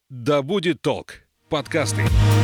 Да будет толк. Подкасты.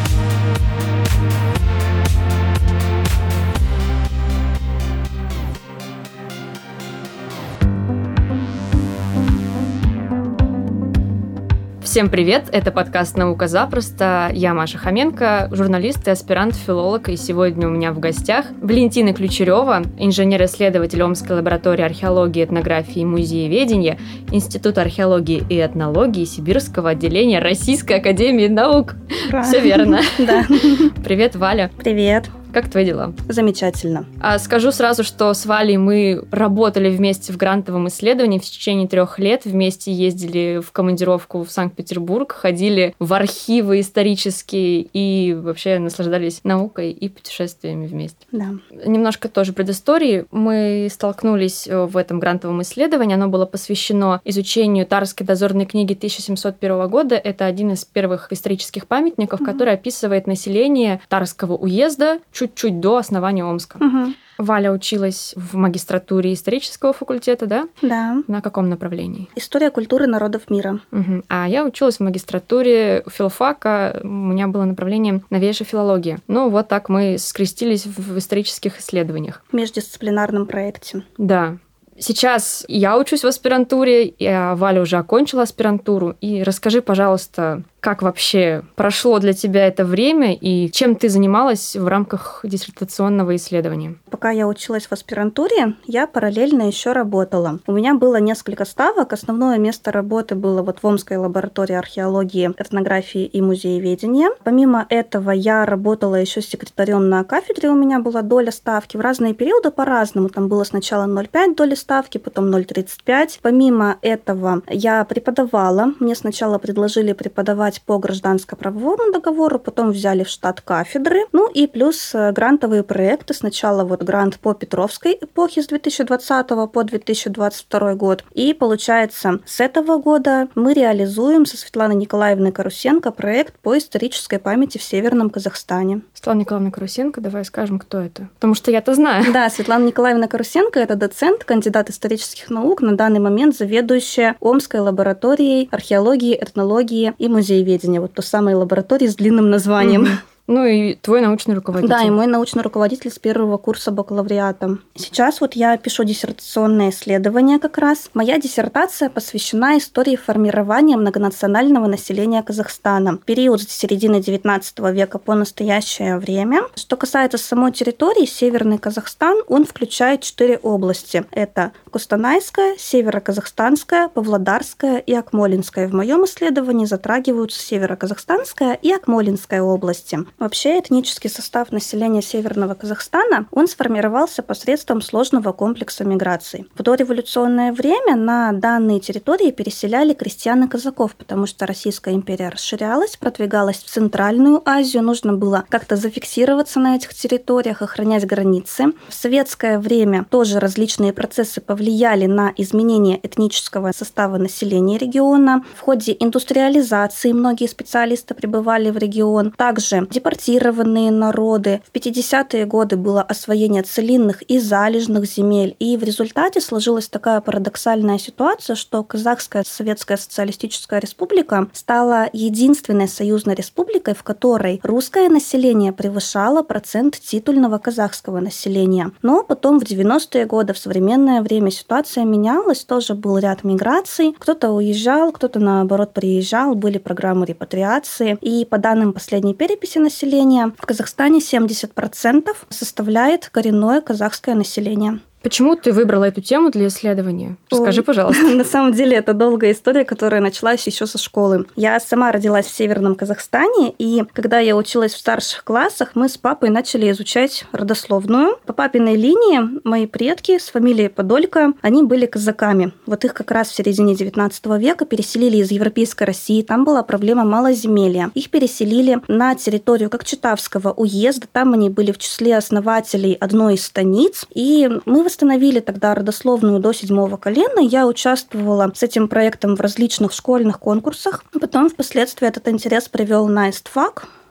Всем привет, это подкаст «Наука запросто». Я Маша Хоменко, журналист и аспирант-филолог, и сегодня у меня в гостях Валентина Ключерева, инженер-исследователь Омской лаборатории археологии, этнографии и музееведения, Института археологии и этнологии Сибирского отделения Российской академии наук. Все верно. Да. Привет, Валя. Привет. Как твои дела? Замечательно. Скажу сразу, что с Валей мы работали вместе в грантовом исследовании в течение 3 лет. Вместе ездили в командировку в Санкт-Петербург, ходили в архивы исторические и вообще наслаждались наукой и путешествиями вместе. Да. Немножко тоже предыстории. Мы столкнулись в этом грантовом исследовании. Оно было посвящено изучению Тарской дозорной книги 1701 года. Это один из первых исторических памятников, который описывает население Тарского уезда чуть-чуть до основания Омска. Валя училась в магистратуре исторического факультета, да? Да. На каком направлении? История культуры народов мира. А я училась в магистратуре филфака. У меня было направление новейшая филология. Ну, вот так мы скрестились в исторических исследованиях. В междисциплинарном проекте. Да. Сейчас я учусь в аспирантуре, а Валя уже окончила аспирантуру. И расскажи, пожалуйста, как вообще прошло для тебя это время и чем ты занималась в рамках диссертационного исследования? Пока я училась в аспирантуре, я параллельно еще работала. У меня было несколько ставок. Основное место работы было вот в Омской лаборатории археологии, этнографии и музееведения. Помимо этого, я работала еще секретарем на кафедре. У меня была доля ставки. В разные периоды по-разному. Там было сначала 0,5 доли ставки, потом 0,35. Помимо этого, я преподавала. Мне сначала предложили преподавать по гражданско-правовому договору, потом взяли в штат кафедры. Ну и плюс грантовые проекты. Сначала вот грант по Петровской эпохе с 2020 по 2022 год. И получается, с этого года мы реализуем со Светланой Николаевной Карусенко проект по исторической памяти в Северном Казахстане. Светлана Николаевна Карусенко, давай скажем, кто это. Потому что я-то знаю. Да, Светлана Николаевна Карусенко – это доцент, кандидат исторических наук, на данный момент заведующая Омской лабораторией археологии, этнологии и музееведения. Вот той самой лаборатории с длинным названием. Ну и твой научный руководитель. Да, и мой научный руководитель с первого курса бакалавриата. Сейчас вот я пишу диссертационное исследование как раз. Моя диссертация посвящена истории формирования многонационального населения Казахстана. Период с середины XIX века по настоящее время. Что касается самой территории, Северный Казахстан, он включает 4 области. Это Костанайская, Северо-Казахстанская, Павлодарская и Акмолинская. В моем исследовании затрагиваются Северо-Казахстанская и Акмолинская области. Вообще, этнический состав населения Северного Казахстана, он сформировался посредством сложного комплекса миграций. В дореволюционное время на данные территории переселяли крестьян и казаков, потому что Российская империя расширялась, продвигалась в Центральную Азию, нужно было как-то зафиксироваться на этих территориях, охранять границы. В советское время тоже различные процессы повлияли на изменение этнического состава населения региона. В ходе индустриализации многие специалисты прибывали в регион. Также депортированные народы. В 50-е годы было освоение целинных и залежных земель. И в результате сложилась такая парадоксальная ситуация, что Казахская Советская Социалистическая Республика стала единственной союзной республикой, в которой русское население превышало процент титульного казахского населения. Но потом в 90-е годы, в современное время, ситуация менялась. Тоже был ряд миграций. Кто-то уезжал, кто-то, наоборот, приезжал. Были программы репатриации. И по данным последней переписи населения, в Казахстане 70% составляет коренное казахское население. Почему ты выбрала эту тему для исследования? Расскажи, пожалуйста. На самом деле, это долгая история, которая началась еще со школы. Я сама родилась в Северном Казахстане, и когда я училась в старших классах, мы с папой начали изучать родословную. По папиной линии мои предки с фамилией Подолько, они были казаками. Вот их как раз в середине XIX века переселили из Европейской России. Там была проблема малоземелья. Их переселили на территорию Кокчетавского уезда. Там они были в числе основателей одной из станиц. И мы восстановили тогда родословную до 7 колена. Я участвовала с этим проектом в различных школьных конкурсах. Потом впоследствии этот интерес привел на ИСТФАК.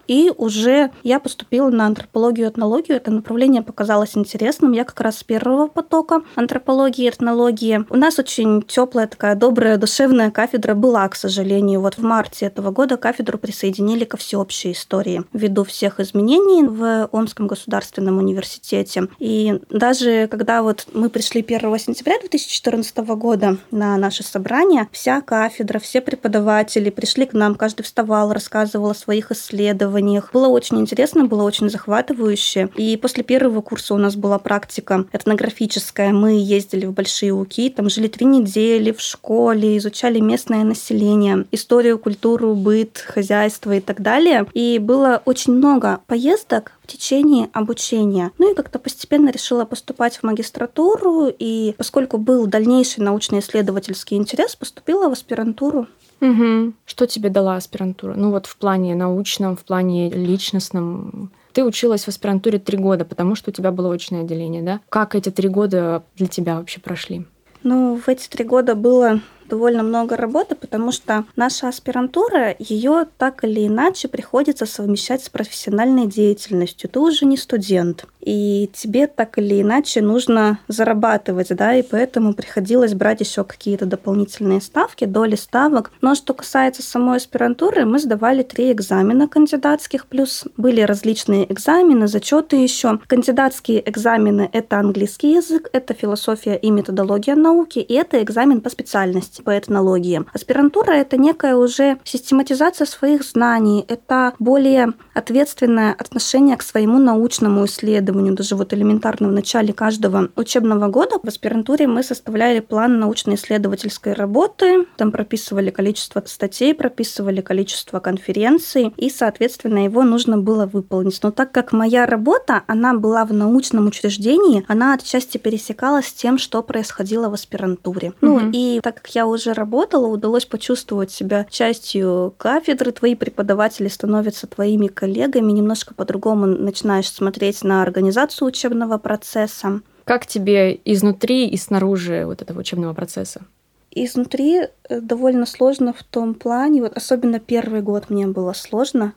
и уже я поступила на антропологию и этнологию. Это направление показалось интересным. Я как раз с первого потока антропологии и этнологии. У нас очень теплая, такая добрая, душевная кафедра была, к сожалению. Вот в марте этого года кафедру присоединили ко всеобщей истории ввиду всех изменений в Омском государственном университете. И даже когда вот мы пришли 1 сентября 2014 года на наше собрание, вся кафедра, все преподаватели пришли к нам, каждый вставал, рассказывал о своих исследованиях. Было очень интересно, было очень захватывающе. И после первого курса у нас была практика этнографическая. Мы ездили в Большие Луки, там жили 3 недели в школе, изучали местное население, историю, культуру, быт, хозяйство и так далее. И было очень много поездок в течение обучения. Ну и как-то постепенно решила поступать в магистратуру, и поскольку был дальнейший научно-исследовательский интерес, поступила в аспирантуру. Угу. Что тебе дала аспирантура? Ну вот в плане научном, в плане личностном. Ты училась в аспирантуре 3 года, потому что у тебя было очное отделение, да? Как эти 3 года для тебя вообще прошли? Ну, в эти 3 года было довольно много работы, потому что наша аспирантура, ее так или иначе приходится совмещать с профессиональной деятельностью. Ты уже не студент, и тебе так или иначе нужно зарабатывать, да, и поэтому приходилось брать еще какие-то дополнительные ставки, доли ставок. Но что касается самой аспирантуры, мы сдавали 3 экзамена кандидатских, плюс были различные экзамены, зачеты еще. Кандидатские экзамены — это английский язык, это философия и методология науки, и это экзамен по специальности, по этнологии. Аспирантура — это некая уже систематизация своих знаний, это более ответственное отношение к своему научному исследованию. Даже вот элементарно в начале каждого учебного года в аспирантуре мы составляли план научно-исследовательской работы, там прописывали количество статей, прописывали количество конференций, и, соответственно, его нужно было выполнить. Но так как моя работа, она была в научном учреждении, она отчасти пересекалась с тем, что происходило в аспирантуре. Ну, и так как я уже работала, удалось почувствовать себя частью кафедры, твои преподаватели становятся твоими коллегами, немножко по-другому начинаешь смотреть на организацию учебного процесса. Как тебе изнутри и снаружи вот этого учебного процесса? Изнутри довольно сложно в том плане, вот особенно 1 год мне было сложно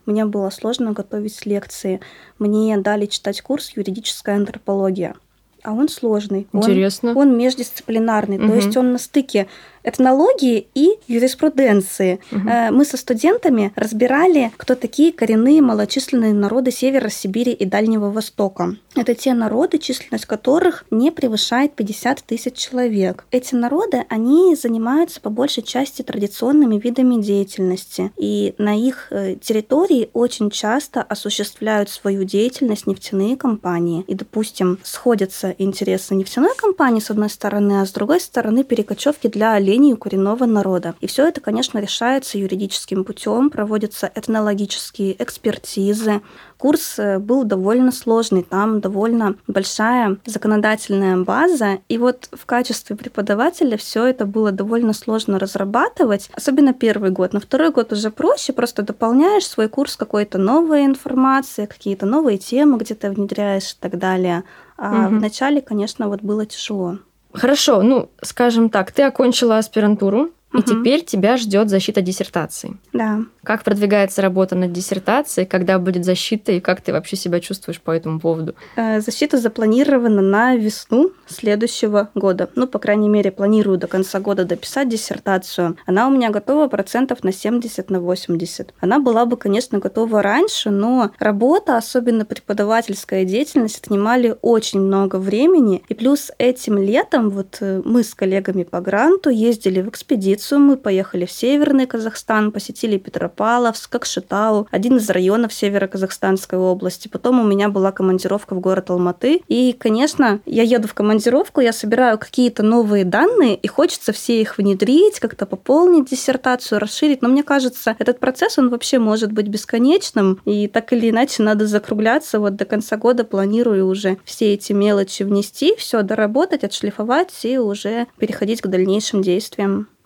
готовить лекции. Мне дали читать курс «Юридическая антропология». А он сложный. Интересно. Он междисциплинарный, то есть он на стыке этнологии и юриспруденции. Мы со студентами разбирали, кто такие коренные малочисленные народы Севера Сибири и Дальнего Востока. Это те народы, численность которых не превышает 50 тысяч человек. Эти народы, они занимаются по большей части традиционными видами деятельности. И на их территории очень часто осуществляют свою деятельность нефтяные компании. И, допустим, сходятся интересы нефтяной компании с одной стороны, а с другой стороны перекочевки для оленей у коренного народа. И все это, конечно, решается юридическим путем, проводятся этнологические экспертизы. Курс был довольно сложный, там довольно большая законодательная база, и вот в качестве преподавателя все это было довольно сложно разрабатывать, особенно 1 год. На 2 год уже проще, просто дополняешь свой курс какой-то новой информацией, какие-то новые темы, где ты внедряешь и так далее. А в начале, конечно, вот было тяжело. Хорошо, ну, скажем так, ты окончила аспирантуру, и теперь тебя ждет защита диссертации. Да. Как продвигается работа над диссертацией, когда будет защита, и как ты вообще себя чувствуешь по этому поводу? Защита запланирована на весну следующего года. Ну, по крайней мере, планирую до конца года дописать диссертацию. Она у меня готова процентов на 70-80. Она была бы, конечно, готова раньше, но работа, особенно преподавательская деятельность, отнимали очень много времени. И плюс этим летом вот мы с коллегами по гранту ездили в экспедицию. Мы поехали в Северный Казахстан, посетили Петропавловск, Кокшетау, один из районов Северо-Казахстанской области. Потом у меня была командировка в город Алматы. И, конечно, я еду в командировку, я собираю какие-то новые данные, и хочется все их внедрить, как-то пополнить диссертацию, расширить. Но мне кажется, этот процесс, он вообще может быть бесконечным. И так или иначе надо закругляться. Вот до конца года планирую уже все эти мелочи внести, все доработать, отшлифовать и уже переходить к дальнейшим действиям.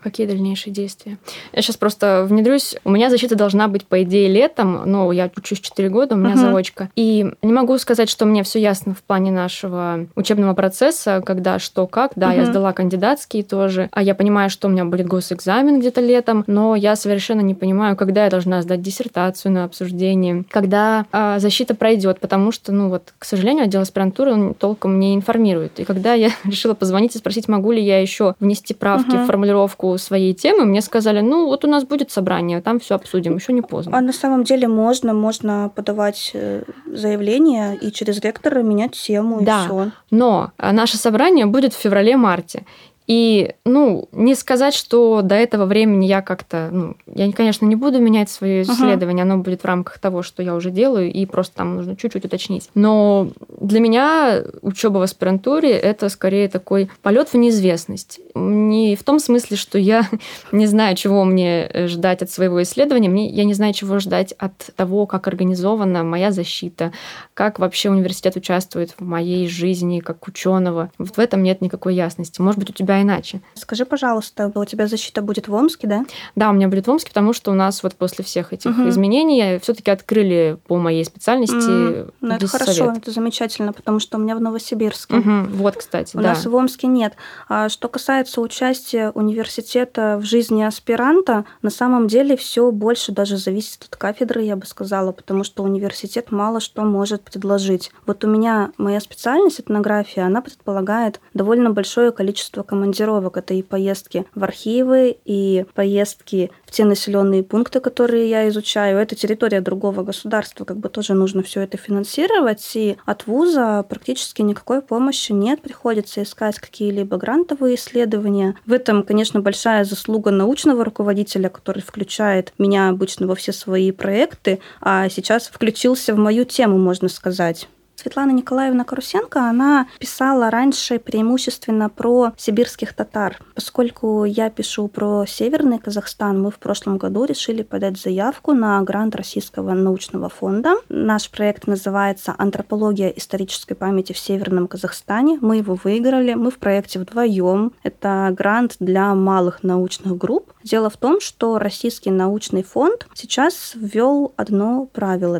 Какие дальнейшие действия? Я сейчас просто внедрюсь. У меня защита должна быть, по идее, летом, но я учусь 4 года, у меня заочка. И не могу сказать, что мне все ясно в плане нашего учебного процесса, когда, что, как. Да, я сдала кандидатские тоже, а я понимаю, что у меня будет госэкзамен где-то летом, но я совершенно не понимаю, когда я должна сдать диссертацию на обсуждение, когда защита пройдет, потому что, к сожалению, отдел аспирантуры он толком не информирует. И когда я решила позвонить и спросить, могу ли я еще внести правки в формулировку своей темы, мне сказали, у нас будет собрание, там все обсудим, еще не поздно. А на самом деле можно подавать заявление и через ректора менять тему, и все. Но наше собрание будет в феврале-марте. И, не сказать, что до этого времени я как-то... я, конечно, не буду менять свое исследование, оно будет в рамках того, что я уже делаю, и просто там нужно чуть-чуть уточнить. Но для меня учеба в аспирантуре — это скорее такой полет в неизвестность. Не в том смысле, что я не знаю, чего мне ждать от своего исследования, я не знаю, чего ждать от того, как организована моя защита, как вообще университет участвует в моей жизни как ученого. Вот в этом нет никакой ясности. Может быть, у тебя иначе. Скажи, пожалуйста, у тебя защита будет в Омске, да? Да, у меня будет в Омске, потому что у нас вот после всех этих изменений все-таки открыли по моей специальности это хорошо, это замечательно, потому что у меня в Новосибирске. Вот, кстати, у нас в Омске нет. А что касается участия университета в жизни аспиранта, на самом деле все больше даже зависит от кафедры, я бы сказала, потому что университет мало что может предложить. Вот у меня моя специальность, этнография, она предполагает довольно большое количество командировок. Это и поездки в архивы, и поездки в те населенные пункты, которые я изучаю. Это территория другого государства, тоже нужно все это финансировать. И от вуза практически никакой помощи нет. Приходится искать какие-либо грантовые исследования. В этом, конечно, большая заслуга научного руководителя, который включает меня обычно во все свои проекты, а сейчас включился в мою тему, можно сказать. Светлана Николаевна Карусенко, она писала раньше преимущественно про сибирских татар. Поскольку я пишу про Северный Казахстан, мы в прошлом году решили подать заявку на грант Российского научного фонда. Наш проект называется «Антропология исторической памяти в Северном Казахстане». Мы его выиграли, мы в проекте вдвоем. Это грант для малых научных групп. Дело в том, что Российский научный фонд сейчас ввел одно правило.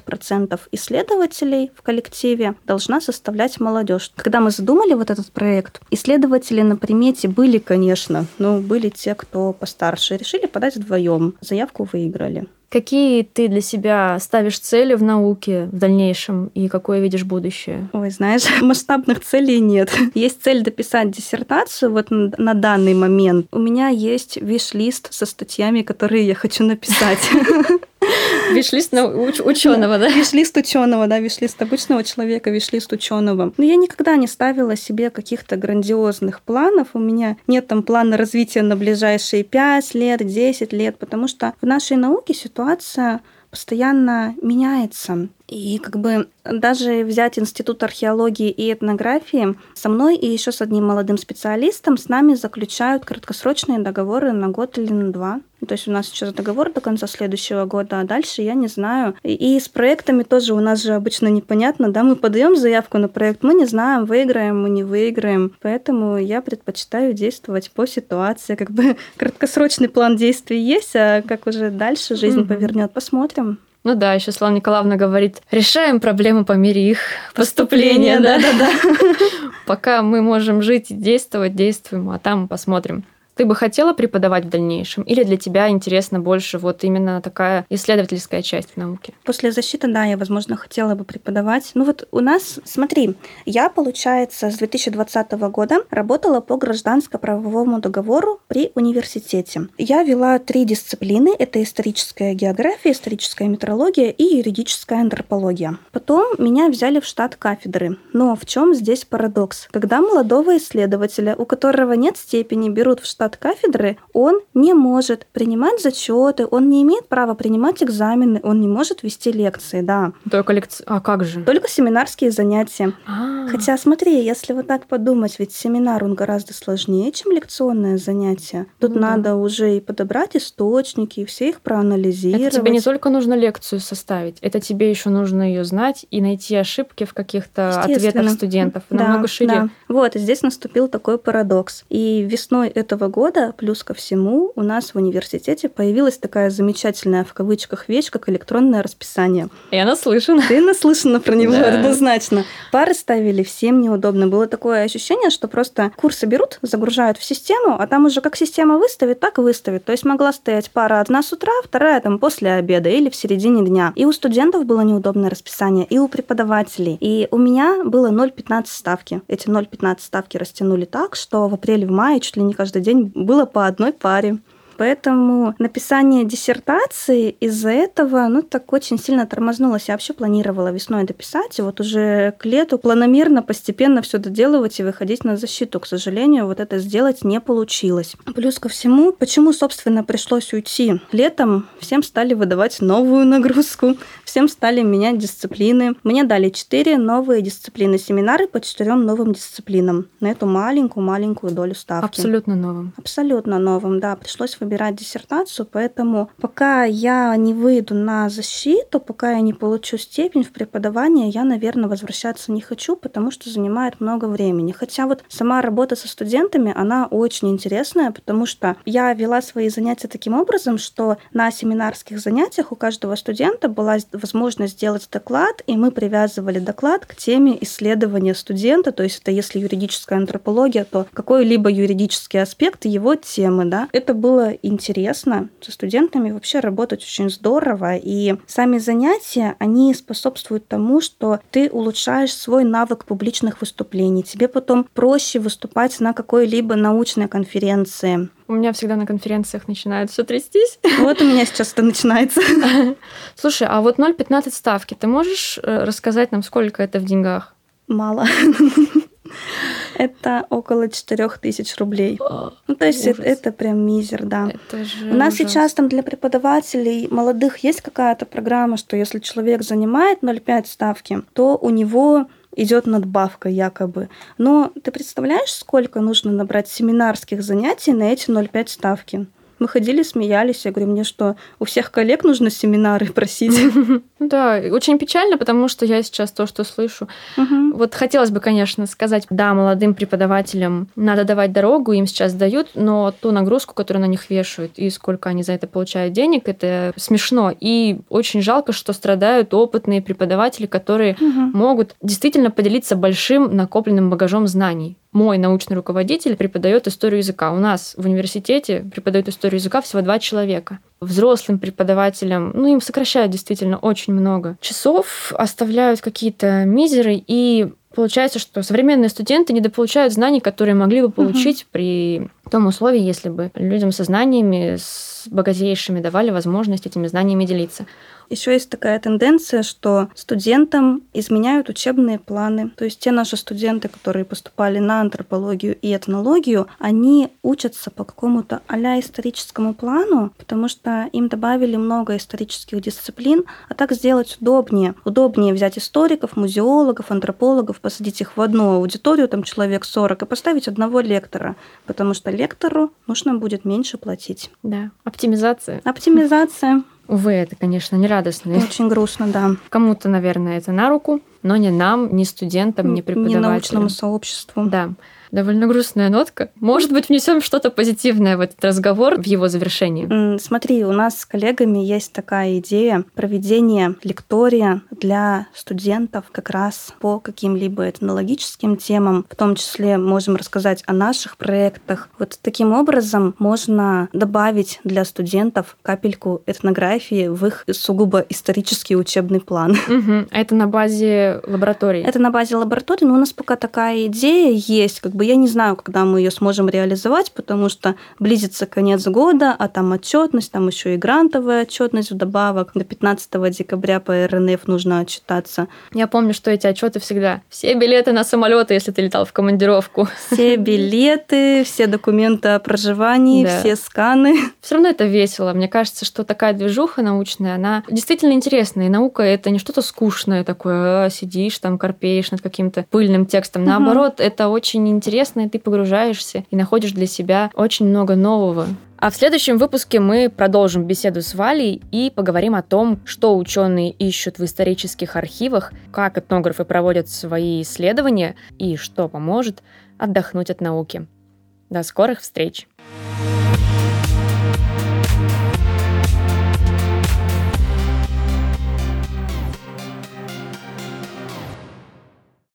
50% исследователей в коллективе должна составлять молодежь. Когда мы задумали вот этот проект, исследователи на примете были, конечно, но были те, кто постарше. Решили подать вдвоем. Заявку выиграли. Какие ты для себя ставишь цели в науке в дальнейшем и какое видишь будущее? Ой, знаешь, масштабных целей нет. Есть цель дописать диссертацию вот на данный момент. У меня есть виш-лист со статьями, которые я хочу написать. Виш-лист ученого, да? Виш-лист ученого, да, виш-лист обычного человека, виш-лист ученого. Но я никогда не ставила себе каких-то грандиозных планов. У меня нет там плана развития на ближайшие 5 лет, 10 лет, потому что в нашей науке ситуация постоянно меняется. И даже взять Институт археологии и этнографии, со мной и еще с одним молодым специалистом с нами заключают краткосрочные договоры на год или на 2. То есть у нас сейчас договор до конца следующего года, а дальше я не знаю. И с проектами тоже у нас же обычно непонятно, да, мы подаем заявку на проект, мы не знаем, выиграем мы, не выиграем. Поэтому я предпочитаю действовать по ситуации. Краткосрочный план действий есть, а как уже дальше жизнь повернет, посмотрим. Ну да, еще Светлана Николаевна говорит, решаем проблемы по мере их поступления. Да. Пока мы можем жить и действовать, действуем, а там посмотрим. Ты бы хотела преподавать в дальнейшем? Или для тебя интересна больше вот именно такая исследовательская часть в науке? После защиты, да, я, возможно, хотела бы преподавать. У нас, смотри, я, получается, с 2020 года работала по гражданско-правовому договору при университете. Я вела 3 дисциплины. Это историческая география, историческая метрология и юридическая антропология. Потом меня взяли в штат кафедры. Но в чем здесь парадокс? Когда молодого исследователя, у которого нет степени, берут в штат кафедры, он не может принимать зачеты, он не имеет права принимать экзамены, он не может вести лекции, да. Только лекции. А как же? Только семинарские занятия. Хотя, смотри, если вот так подумать, ведь семинар, он гораздо сложнее, чем лекционное занятие. Тут надо уже и подобрать источники, и все их проанализировать. Это тебе не только нужно лекцию составить, это тебе еще нужно ее знать и найти ошибки в каких-то ответах студентов. Намного шире. Да. Вот, и здесь наступил такой парадокс. И весной этого года, плюс ко всему, у нас в университете появилась такая замечательная, в кавычках, вещь, как электронное расписание. Я наслышана. Ты наслышана про него, Да. однозначно. Пары ставили, всем неудобно. Было такое ощущение, что просто курсы берут, загружают в систему, а там уже как система выставит, так и выставит. То есть могла стоять пара одна с утра, вторая там после обеда или в середине дня. И у студентов было неудобное расписание, и у преподавателей. И у меня было 0,15 ставки. Эти 0,15 ставки растянули так, что в апреле, в мае чуть ли не каждый день было по одной паре. Поэтому написание диссертации из-за этого, так очень сильно тормознулось. Я вообще планировала весной дописать, и вот уже к лету планомерно, постепенно все доделывать и выходить на защиту. К сожалению, вот это сделать не получилось. Плюс ко всему, почему, собственно, пришлось уйти? Летом всем стали выдавать новую нагрузку, всем стали менять дисциплины. Мне дали 4 новые дисциплины, семинары по 4 новым дисциплинам на эту маленькую долю ставки. Абсолютно новым. Абсолютно новым, да. Пришлось выбирать диссертацию, поэтому пока я не выйду на защиту, пока я не получу степень в преподавании, я, наверное, возвращаться не хочу, потому что занимает много времени. Хотя вот сама работа со студентами, она очень интересная, потому что я вела свои занятия таким образом, что на семинарских занятиях у каждого студента была возможность сделать доклад, и мы привязывали доклад к теме исследования студента, то есть это если юридическая антропология, то какой-либо юридический аспект его темы, да. Это было интересно. Со студентами вообще работать очень здорово. И сами занятия, они способствуют тому, что ты улучшаешь свой навык публичных выступлений. Тебе потом проще выступать на какой-либо научной конференции. У меня всегда на конференциях начинает все трястись. Вот у меня сейчас это начинается. Слушай, а вот 0,15 ставки, ты можешь рассказать нам, сколько это в деньгах? Мало. Это около 4000 рублей. То есть это прям мизер, да. Это же у нас ужасно. сейчас там для преподавателей молодых есть какая-то программа, что если человек занимает 0,5 ставки, то у него идет надбавка якобы. Но ты представляешь, сколько нужно набрать семинарских занятий на эти 0,5 ставки? Мы ходили, смеялись. Я говорю, мне что, у всех коллег нужно семинары просить? Да, очень печально, потому что я сейчас то, что слышу. Вот хотелось бы, конечно, сказать, да, молодым преподавателям надо давать дорогу, им сейчас дают, но ту нагрузку, которую на них вешают, и сколько они за это получают денег, это смешно. И очень жалко, что страдают опытные преподаватели, которые могут действительно поделиться большим накопленным багажом знаний. Мой научный руководитель преподает историю языка. У нас в университете преподают историю языка всего 2 человека. Взрослым преподавателям, им сокращают действительно очень много часов, оставляют какие-то мизеры, и получается, что современные студенты недополучают знаний, которые могли бы получить при том условии, если бы людям со знаниями, с богатейшими давали возможность этими знаниями делиться. Еще есть такая тенденция, что студентам изменяют учебные планы. То есть те наши студенты, которые поступали на антропологию и этнологию, они учатся по какому-то а-ля историческому плану, потому что им добавили много исторических дисциплин, а так сделать удобнее. Удобнее взять историков, музеологов, антропологов, посадить их в одну аудиторию, там человек 40, и поставить одного лектора, потому что лектору нужно будет меньше платить. Да, оптимизация. Оптимизация. Увы, это, конечно, нерадостно. Очень грустно, да. Кому-то, наверное, это на руку, но не нам, ни студентам, ни преподавателям. Не научному сообществу. Да. Довольно грустная нотка. Может быть, внесем что-то позитивное в этот разговор в его завершении. Смотри, у нас с коллегами есть такая идея проведения лектория для студентов как раз по каким-либо этнологическим темам. В том числе можем рассказать о наших проектах. Вот таким образом можно добавить для студентов капельку этнографии в их сугубо исторический учебный план. А это на базе лаборатории? Это на базе лаборатории, но у нас пока такая идея есть. Я не знаю, когда мы ее сможем реализовать, потому что близится конец года, а там отчетность, там еще и грантовая отчетность вдобавок. До 15 декабря по РНФ нужно отчитаться. Я помню, что эти отчеты всегда. Все билеты на самолеты, если ты летал в командировку. Все билеты, все документы о проживании, Да. все сканы. Все равно это весело. Мне кажется, что такая движуха научная, она действительно интересная. И наука — это не что-то скучное такое, сидишь там, корпеешь над каким-то пыльным текстом. Наоборот, это очень интересно, и ты погружаешься и находишь для себя очень много нового. А в следующем выпуске мы продолжим беседу с Валей и поговорим о том, что ученые ищут в исторических архивах, как этнографы проводят свои исследования и что поможет отдохнуть от науки. До скорых встреч!